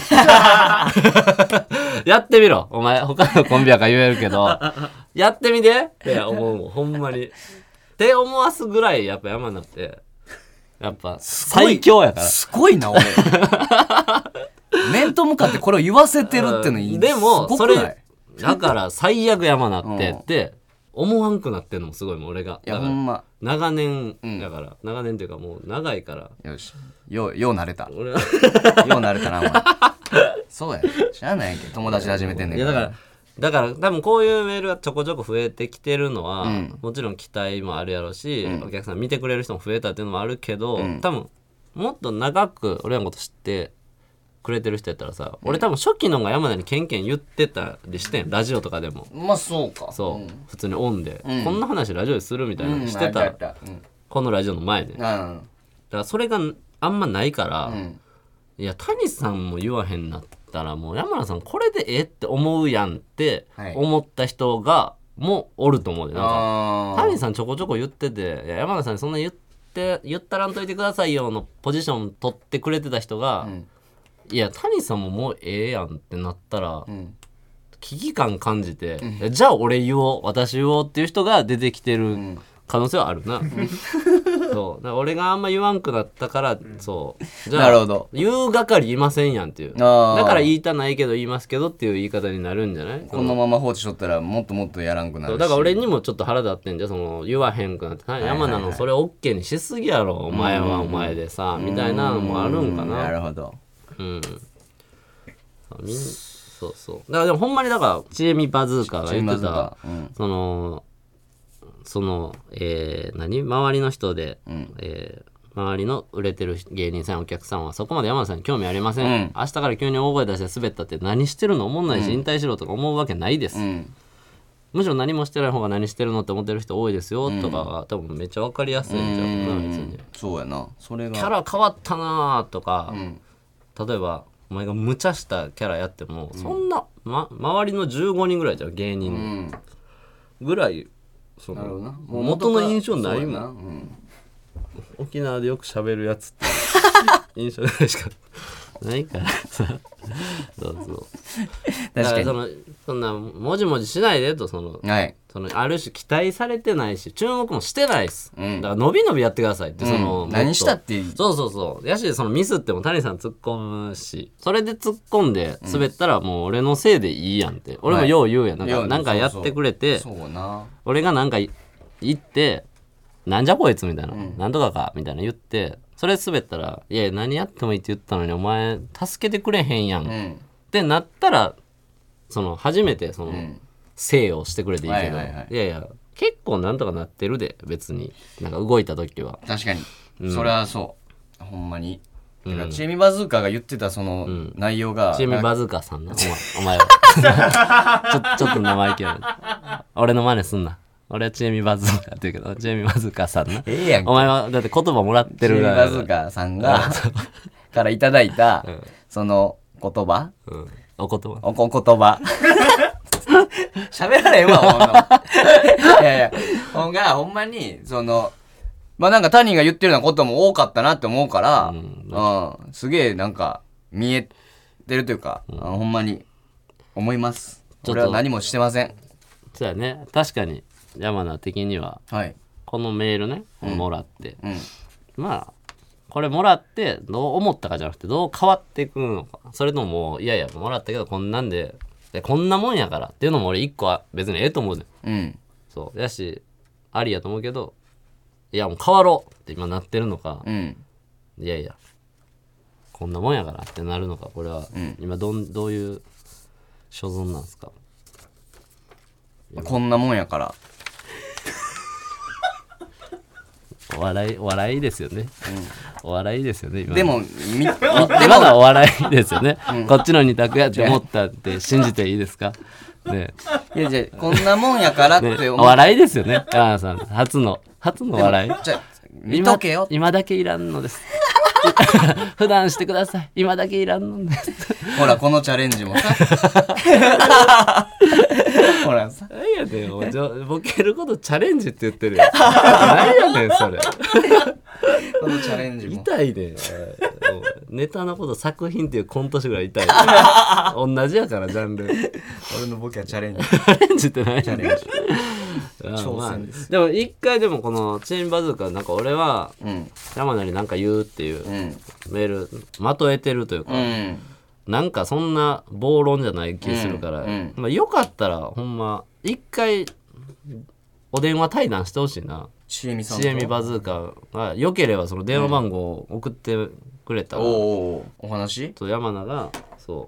やってみろお前他のコンビやから言えるけどやってみてって思うもんほんまにって思わすぐらいやっぱ山名ってやっぱ最強やからすごいな俺面と向かってこれを言わせてるってのいいでもそれだから最悪山名ってって思わんくなってんのもすごいもん俺がいやほんま長年だから、うん、長年っていうかもう長いからよしようよう慣れた俺はよう慣れたなお前そうやね知らないけど友達で始めてんねんからいやだからだから多分こういうメールがちょこちょこ増えてきてるのは、 うん、 もちろん期待もあるやろし、 うん、 お客さん見てくれる人も増えたっていうのもあるけど、 うん、 多分もっと長く俺らのこと知ってくれてる人やったらさ、うん、俺多分初期のが山田にケンケン言ってたりしてんラジオとかでもまあそうかそう、うん、普通にオンで、うん、こんな話ラジオでするみたいなのしてた、うん、このラジオの前で、うん、だからそれがあんまないから、うん、いや谷さんも言わへんなったらもう山田さんこれでええって思うやんって思った人がもうおると思うで、なんか谷さんちょこちょこ言ってていや山田さんにそんな言って言ったらんといてくださいよのポジション取ってくれてた人が、うん、いや谷さんももうええやんってなったら、うん、危機感感じて、うん、じゃあ俺言おう私言おうっていう人が出てきてる可能性はあるな、うん、そうだから俺があんま言わんくなったから、うん、そうじゃあなるほど言う係いませんやんっていうだから言いたないけど言いますけどっていう言い方になるんじゃないこのまま放置しとったらもっともっとやらんくなるしだから俺にもちょっと腹立ってんじゃんその言わへんくなって、はいはいはい、山名のそれ OK にしすぎやろお前はお前でさみたいなのもあるんかななるほどうんみんそうそうだからでもほんまにだからちえみバズーカーが言ってた、うん、そのその、えー、何周りの人で、うんえー、周りの売れてる芸人さんお客さんはそこまで山田さんに興味ありません、うん、明日から急に大声出して滑ったって何してるの思んないし、うん、引退しろとか思うわけないです、うん、むしろ何もしてない方が何してるのって思ってる人多いですよ、うん、とかが多分めっちゃ分かりやすいんじゃんな、うん、別にそうやなそれがキャラ変わったなとか、うん、例えばお前が無茶したキャラやっても、うん、そんな、ま、周りのじゅうごにんぐらいじゃん芸人、うん、ぐらいそのもう元の印象ないもん、うん、沖縄でよく喋るやつって印象ないしかないからさそうそうだからそのそんなもじもじしないでとその、はい、そのある種期待されてないし注目もしてないっす、うん、だから伸び伸びやってくださいって、うん、その何したっていいそうそうそうやしそのミスっても谷さん突っ込むしそれで突っ込んで滑ったらもう俺のせいでいいやんって、うん、俺もよう言うやん、はい、なんかなんかやってくれてそうそうな俺がなんか言ってなんじゃこいつみたいな、うん、なんとかかみたいな言ってそれ滑ったらいや何やってもいいって言ったのにお前助けてくれへんやん、うん、ってなったらその初めてその、うんせいをしてくれていいけど、はいはいはい、いやいや結構なんとかなってるで別になんか動いた時は確かに、うん、それはそうほんまに、うん、チエミバズーカが言ってたその内容が、 うん、チエミバズーカさんなお前はちょ, ちょっと生意気やな俺の真似すんな俺はチエミバズーカって言うけどチエミバズーカさんなええやんけお前はだって言葉もらってるからチエミバズーカさんがからいただいた、うん、その言葉、 うん、お言葉おお言葉喋られへんわほんのいやいやほんがほんまにそのまあなんか谷が言ってるようなことも多かったなって思うから、うんうん、すげえなんか見えてるというか、うん、ほんまに思います俺は何もしてませんそうやね確かに山名的には、はい、このメールね、うん、もらって、うん、まあこれもらってどう思ったかじゃなくてどう変わっていくのかそれともいやいやもらったけどこんなんででこんなもんやからっていうのも俺一個は別にええと思うねん、うん、そうやしありやと思うけどいやもう変わろうって今なってるのか、うん、いやいやこんなもんやからってなるのかこれは、うん、今どんどういう所存なんですかこんなもんやからお笑いお笑いですよね、うん、お笑いですよね今でもみでまだお笑いですよね、うん、こっちの二択やって思ったって信じていいですかねいやじゃあこんなもんやからって思う、ね、 お笑いですよね山田さん初の初の笑いじゃ見とけよ今, 今だけいらんのです普段してください今だけいらんのですほらこのチャレンジもさほらさ何やねんボケることチャレンジって言ってるよ何やねんそれこのチャレンジも痛いねネタのこと作品っていうコント師ぐらい痛い同じやからジャンル俺のボケはチャレンジチャレンジって何チャレンジ挑戦です、 まあ、でも一回でもこのチェーンバズーカなんか俺は山名に何か言うっていうメールまとえてるというか、うん、なんかそんな暴論じゃない気するから、うんうんまあ、よかったらほんま一回お電話対談してほしいなチエミさんとチエミバズーカがよければその電話番号を送ってくれたら、うん、 お, お, お話と山名がそ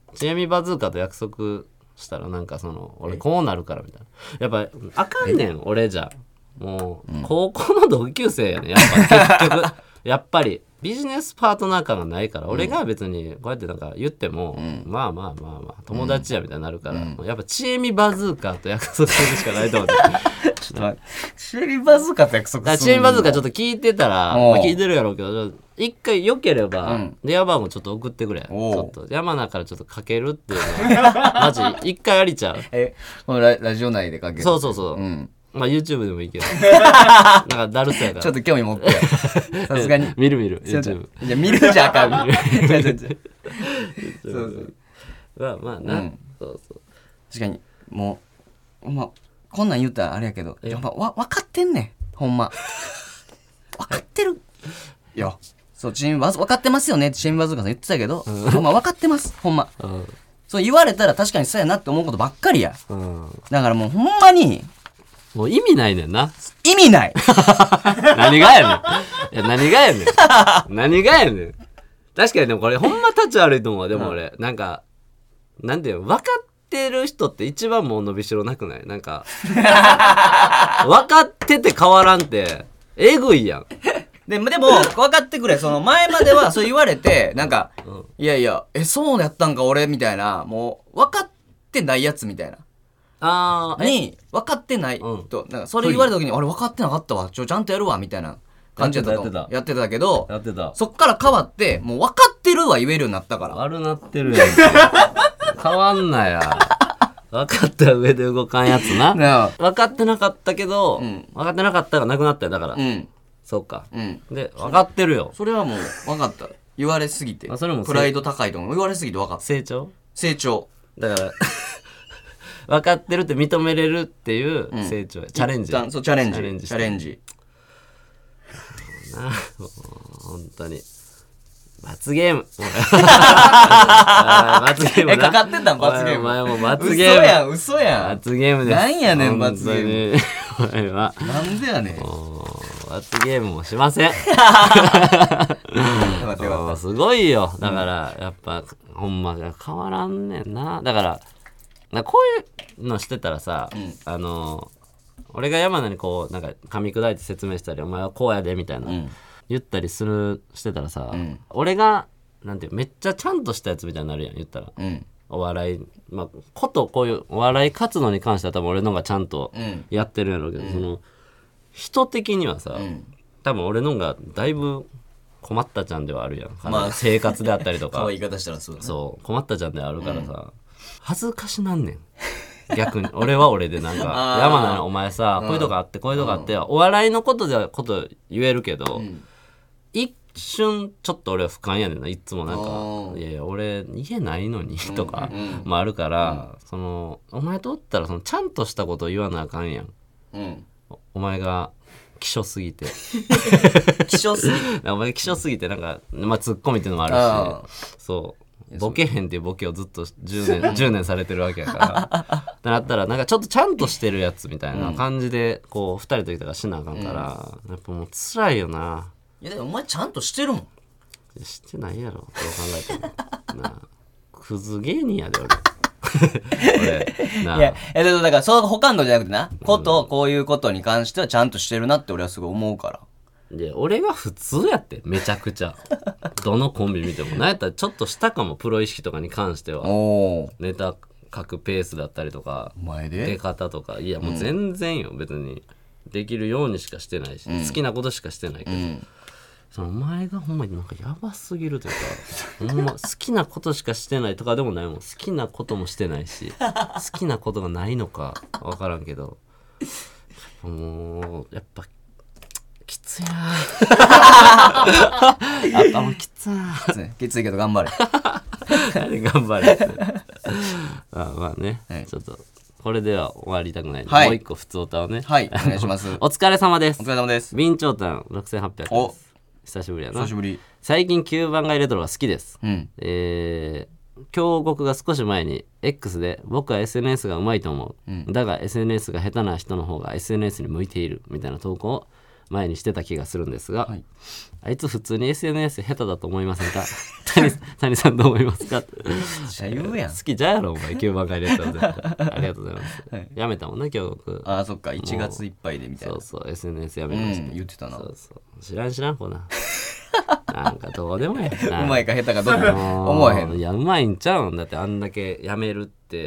ちえみバズーカと約束したらなんかその俺こうなるからみたいな。やっぱあかんねん俺じゃもう、うん、高校の同級生やねんやっぱ結局やっぱりビジネスパートナー感がないから、うん、俺が別にこうやってなんか言っても、うん、まあまあまあまあ友達やみたいになるから、うん、やっぱちえみバズーカと約束するしかないと思ってちょっと待ってちえみバズーカと約束するちえみバズーカちょっと聞いてたら、まあ、聞いてるやろうけど一回よければ、うん、電話番号ちょっと送ってくれちょっと山名からちょっとかけるっていうのはマジ一回ありちゃうえこの ラ, ラジオ内でかけるそうそうそう、うんまあ YouTube でもいいけどなんかだるさやからちょっと興味持ってよさすがに見る見る YouTube いや見るじゃあかんそうそうまあまあな、うん、そうそう確かにもう、まあ、こんなん言ったらあれやけどやっぱわ分かってんねんほんま分かってるいやそうチームバズ分かってますよねってチームバズーカさん言ってたけど、うん、ほんま分かってますほんま、うん、そう言われたら確かにそうやなって思うことばっかりや、うん、だからもうほんまにもう意味ないねんな意味ない何がやねんいや何がやねん何がやねん確かにでもこれほんま立ち悪いと思うでも俺、うん、なんかなんていうの分かってる人って一番もう伸びしろなくないなんか分かってて変わらんってえぐいやんでもでも分かってくれその前まではそう言われてなんか、うん、いやいやえそうやったんか俺みたいなもう分かってないやつみたいなあに分かってないと、うん、なんかそれ言われた時に俺分かってなかったわちょちゃんとやるわみたいな感じだったとやってたやってたけどやってたそっから変わってもう分かってるは言えるようになったから悪なってるやん変わんなや分かった上で動かんやつな分かってなかったけど、うん、分かってなかったがなくなったよだから、うん、そうか、うん、で分かってるよそれはもう分かった言われすぎてそれもプライド高いと思う言われすぎて分かった成長成長だから分かってるって認めれるっていう成長や、うん、チャレンジそうチャレンジチャレンジチャレンジなもう本当に罰ゲーム罰ゲームなえかかってたん罰ゲームお前も罰ゲーム嘘やん嘘やん罰ゲームですなんやねん罰ゲームお前はなんでやねん罰ゲームもしませんすごいよだからやっぱほんま変わらんねんなだからなこういうのしてたらさ、うん、あの俺が山名にこうなんか噛み砕いて説明したりお前はこうやでみたいな、うん、言ったりするしてたらさ、うん、俺がなんていうめっちゃちゃんとしたやつみたいになるやん言ったら、うん、お笑いまあことこういうお笑い活動に関しては多分俺の方がちゃんとやってるんやろうけど、うん、その人的にはさ、うん、多分俺の方がだいぶ困ったちゃんではあるやん、まあ、生活であったりとか可愛い言い方したらそうだねそう困ったちゃんであるからさ、うん、恥ずかしなんねん逆に俺は俺でなんか山名のお前さ、うん、こういうとこあってこういうとこあって、うん、お笑いのことではこと言えるけど、うん、一瞬ちょっと俺は不寛やねんないつもなんかいやいや俺家ないのにとかもあるから、うん、そのお前とおったらそのちゃんとしたこと言わなあかんやん、うん、お, お前が希少すぎて希少すぎてお前希少すぎてなんか、まあ、ツッコミっていうのもあるしそうボケへんっていうボケをずっとじゅうねんじゅうねんされてるわけやからってなったらなんかちょっとちゃんとしてるやつみたいな感じでこうふたりときとかしなあかんから、うん、やっぱもう辛いよな。 いやでもお前ちゃんとしてるもん。 してないやろどう考えてもなあクズ芸人やで俺俺なあいやえだからそう他のじゃなくてなことこういうことに関してはちゃんとしてるなって俺はすごい思うから。 で俺が普通やってめちゃくちゃどのコンビ見てもなんやったらちょっとしたかもプロ意識とかに関してはネタ書くペースだったりとか出方とかいやもう全然よ、うん、別にできるようにしかしてないし、うん、好きなことしかしてないけど、うん、そのお前がほんまになんかやばすぎるというかほんま好きなことしかしてないとかでもないもん好きなこともしてないし好きなことがないのか分からんけどもうやっぱきついなやっぱもうきついなきついけど頑張れ頑張れあまあね、はい、ちょっとこれでは終わりたくないので、はい、もう一個普通歌をねはいお願いしますお疲れ様ですお疲れ様です備長炭ろくせんはっぴゃくです久しぶりやな久しぶり最近きゅうばん街レトロが好きです、うんえー、京極が少し前に X で僕は エスエヌエス がうまいと思う、うん、だが エスエヌエス が下手な人の方が エスエヌエス に向いているみたいな投稿を前にしてた気がするんですが、 はい、 あいつ普通に エスエヌエス 下手だと思いませんか谷, 谷さんどう思いますか言うやん好きじゃやろお前きゅうばん回でやったら絶対ありがとうございます、 はい、 やめたもんね京極。 ああそっかいちがついっぱいでみたいな。 そうそう エスエヌエス やめました、 うん、言ってたな。 そうそう知らん知らんほななんかどうでもいい。 うまいか下手かどうか思わへん。 いやうまいんちゃうんだってあんだけやめるって、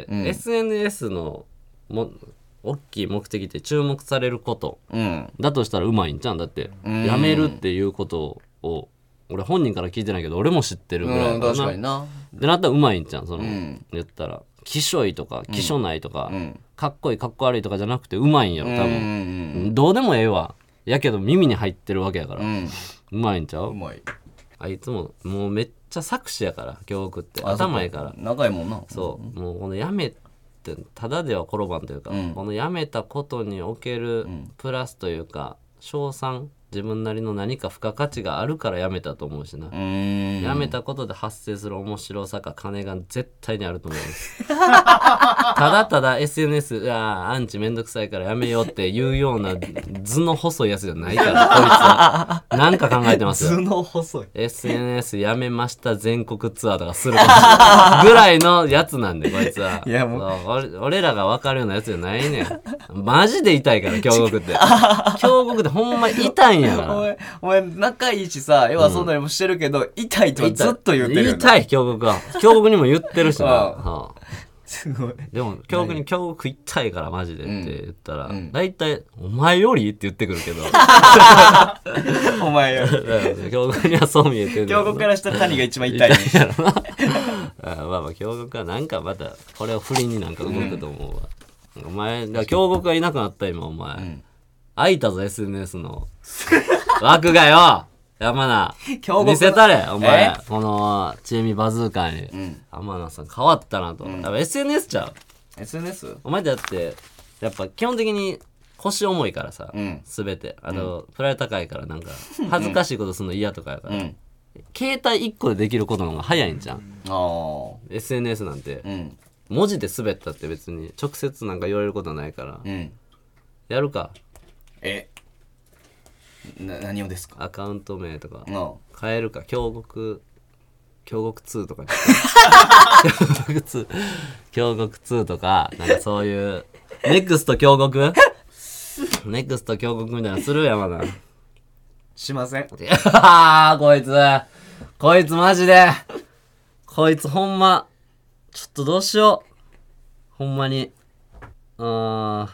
うん、エスエヌエス のも大きい目的って注目されること、うん、だとしたらうまいんちゃうんだって、やめるっていうことを俺本人から聞いてないけど俺も知ってるぐらいかな、 確かにな。 でなったらうまいんちゃうんその、うん、言ったらきしょいとかきしょないとか、うん、かっこいいかっこ悪いとかじゃなくてうまいんやろ多分、うんうんうん、どうでもええわやけど耳に入ってるわけやから、うん、うまいんちゃう。 うまい。 あいつももうめっちゃ作詞やから京極って頭いいから長いもんな。 そう、うん、もうこのやめてただでは転ばんというか、うん、このやめたことにおけるプラスというか賞賛自分なりの何か付加価値があるからやめたと思うしな。やめたことで発生する面白さか金が絶対にあると思いますただただ エスエヌエス あアンチめんどくさいからやめようっていうような図の細いやつじゃないからこいつはなんか考えてますよ。 図の細いエスエヌエス やめました全国ツアーとかするかもしれないぐらいのやつなんでこいつは。いやもう俺, 俺らが分かるようなやつじゃないねんマジで痛いから京極って京極ってほんま痛いんやからお前お前仲いいしさ要はそんなにもしてるけど、うん、痛いとずっと言ってるよな。 痛い京極は京極にも言ってるしなはあすごい。 でも京極に京極痛いからマジでって言ったら、うん、大体お前よりって言ってくるけどお前より京極にはそう見えてる京極からしたら谷が一番痛いね痛いやろなあまあまあ京極はなんかまたこれを不倫になんか動くと思うわ、うん、お前京極がいなくなった今お前、うん、開いたぞ エスエヌエス の枠がよ山名見せたれお前このチーミバズーカに、うん、天野さん変わったなと、うん、やっぱ エスエヌエス ちゃうエスエヌエスお前だってやっぱ基本的に腰重いからさ、うん、全てあの、うん、プライド高いからなんか恥ずかしいことするの嫌とかやから、うん、携帯いっこでできることの方が早いんじゃん、うん、エスエヌエス なんて、うん、文字で滑ったって別に直接なんか言われることはないから、うん、やるかえな何をですか。 アカウント名とか変えるか京極京極ツーとか京極ツー京極ツーとかなんかそういうネクスト京極ネクスト京極みたいなするやまだしません。 いやこいつこいつマジでこいつほんまちょっとどうしようほんまにうーん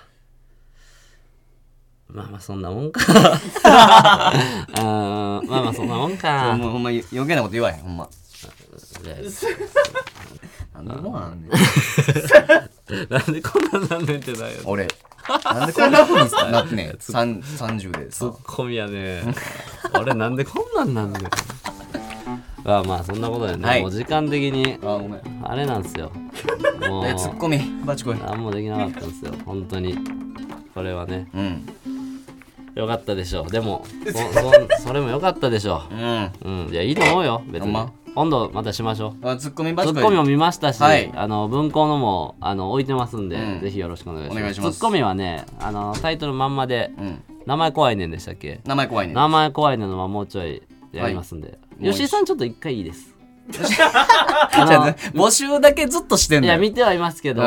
まあまあそんなもんかあまあまあそんなもんかもうほんま余計なこと言わへんほんまなんでもなんねんなんでこんなんなんねんってないよ俺なんでこんな風になってねんさんじゅうでツッコミやね俺なんでこんなんなんねんまあまあそんなことでね、はい、もう時間的に あ, ごめんあれなんですよもうえツッコミバチコイ何もできなかったんですよ本当にこれはね、うん、よかったでしょうでも そ, それもよかったでしょう、うんうん、いやいいと思うよ別に、ま、今度またしましょう。 あツッコミバチコイツッコミも見ましたし、はい、あの文庫のもあの置いてますんで、うん、ぜひよろしくお願いします。お願いします。ツッコミはねあのタイトルまんまで、うん、名前怖いねんでしたっけ。 名前怖いねん名前怖いねんのままもうちょいやりますんで、はい、吉井さんちょっと一回いいです募集だけずっとしてんのいや見てはいますけど、うん、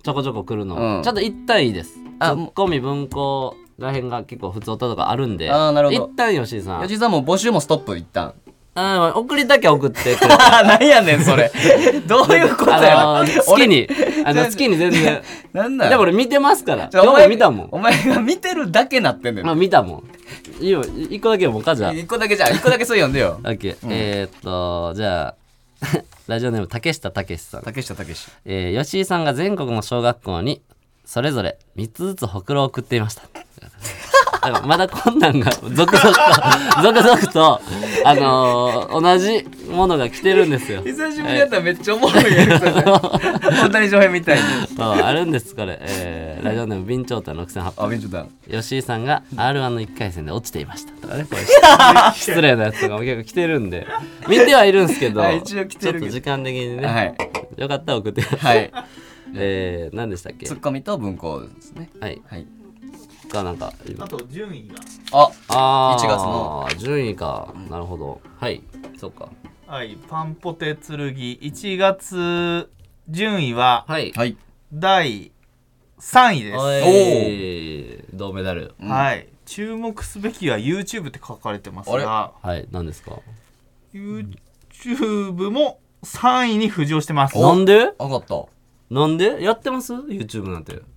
ちょこちょこ来るの、うん、ちょっと一旦いいです。ツッコミ文庫らへんが結構普通歌とかあるんで、あなるほど一旦吉井さん吉井さんも募集もストップ一旦あ送りだけ送ってくれ何やねんそれどういうことや、 あのー、好きにあの好きに全然なんだでも俺見てますから今日も見たもん。 お前が見てるだけなってんねん。 あ見たもんいいよ一個だけもうかじゃあ一個だけじゃあ一個だけそう読んでよオッケー、うん、えー、っとじゃあラジオネーム竹下武さん竹下武史、 えー、吉井さんが全国の小学校にそれぞれみっつずつほくろを送っていましたまだこんなんが続々と続々と、あのー、同じものが来てるんですよ。 久しぶりだったらめっちゃおもろいやつだね大谷翔平みたいにそうあるんですこれ、えー、ラジオネーム備長炭ろくせんはっぴゃくあ備長炭吉井さんが アールワン のいっかい戦で落ちていましたとかねこれ失礼なやつとかも結構来てるんで見てはいるんですけど、はい、一応来てるけどちょっと時間的にね、はい、よかったら送ってください、はいえー、何でしたっけ。 ツッコミと文庫ですね。 はい、はい、 かなんかあと順位がああいちがつの順位か、なるほど。はいそうか。 はいパンポテ剣いちがつ順位ははいはいだいさんいです。 おい銅メダル。 はい注目すべきは YouTube って書かれてますが、 はい何ですか。 YouTube もさんいに浮上してます。 なんで上がったなんでやってます YouTube なんて。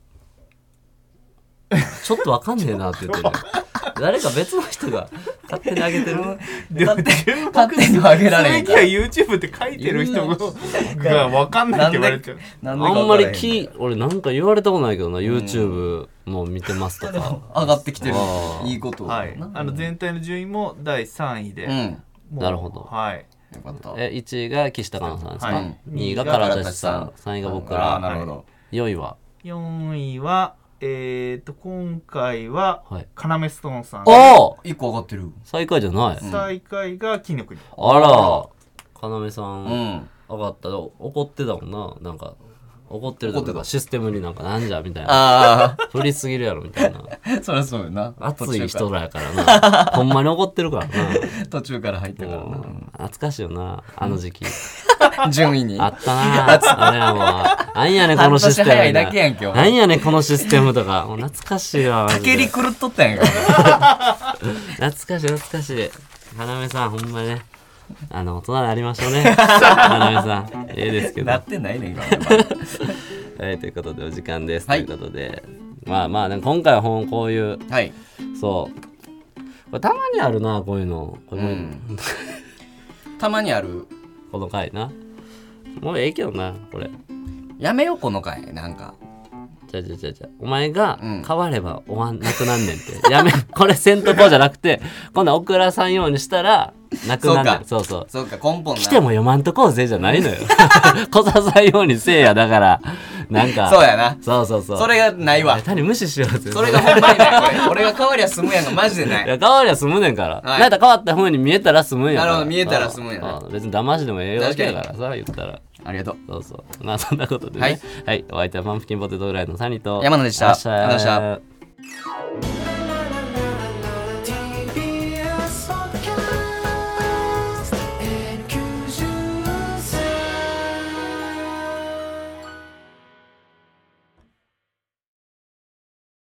ちょっとわかんねえなって言ってる。誰か別の人が勝手に上げてる。 でも注勝手に上げられへんすべきは YouTube って書いてる人が分かんないって言われてる。 なんでかあんまり分からへんき俺なんか言われたことないけどな、YouTube も見てますとか。 上がってきてるあーいいことはいなあの全体の順位もだいさんいで、 うんもうなるほどはいよかったえいちいが岸高野さんですか、 はいにいが唐田さん、さんいが僕ああら、 なるほどよんいはよんいはえっと今回ははい要ストーンさん、 おー一個上がってる最下位じゃない、 最下位が筋肉に、 あら要さん、 うん上がったら怒ってたもんな。なんか怒ってるとか怒ってたシステムになんかなんじゃみたいな、 あ振りすぎるやろみたいな。 あそりゃそうよな熱い人らやからな。ほんまに怒ってるからな。 途中から入ってからもう懐かしいよなあの時期。 な順位にあったなあれはもうなんやねんこのシステム半年早いだけやん今日なんやねんこのシステムとかもう懐かしいわマジでかけり狂っとったやんか懐かしい懐かしい。要さんほんまねあの大人になりましょうね。要さんええですけどなってないねんかはいということでお時間です、 はいということでまあまあね今回はほんこういうはいそうこれたまにあるなこういうのこれも、 うんたまにあるこの回なもうええけどなこれ。 やめようこの回なんかじゃじゃじゃじゃお前がうん変われば終わんなくなんねんってやめこれせんとこうじゃなくて今度はオクラさんようにしたらなくなんねん。そうそうそうか根本な来ても読まんとこうぜじゃないのよ。こささんようにせえやだからなんかそうやなそうそうそうそれがないわ単に無視しようぜ。 それがほんまにないこれ俺が変わりゃ済むやんがマジでないいや変わりゃ済むねんから、 はいなんか変わった風に見えたら済むんやから。 なるほど見えたら済むんやなああ別に騙しでもええわけやからさ言ったらありがとうそうそうまあそんなことでねはい、 はい、お相手はパンプキンポテトフライのサニーと山野でしたあっしゃーありがとうございました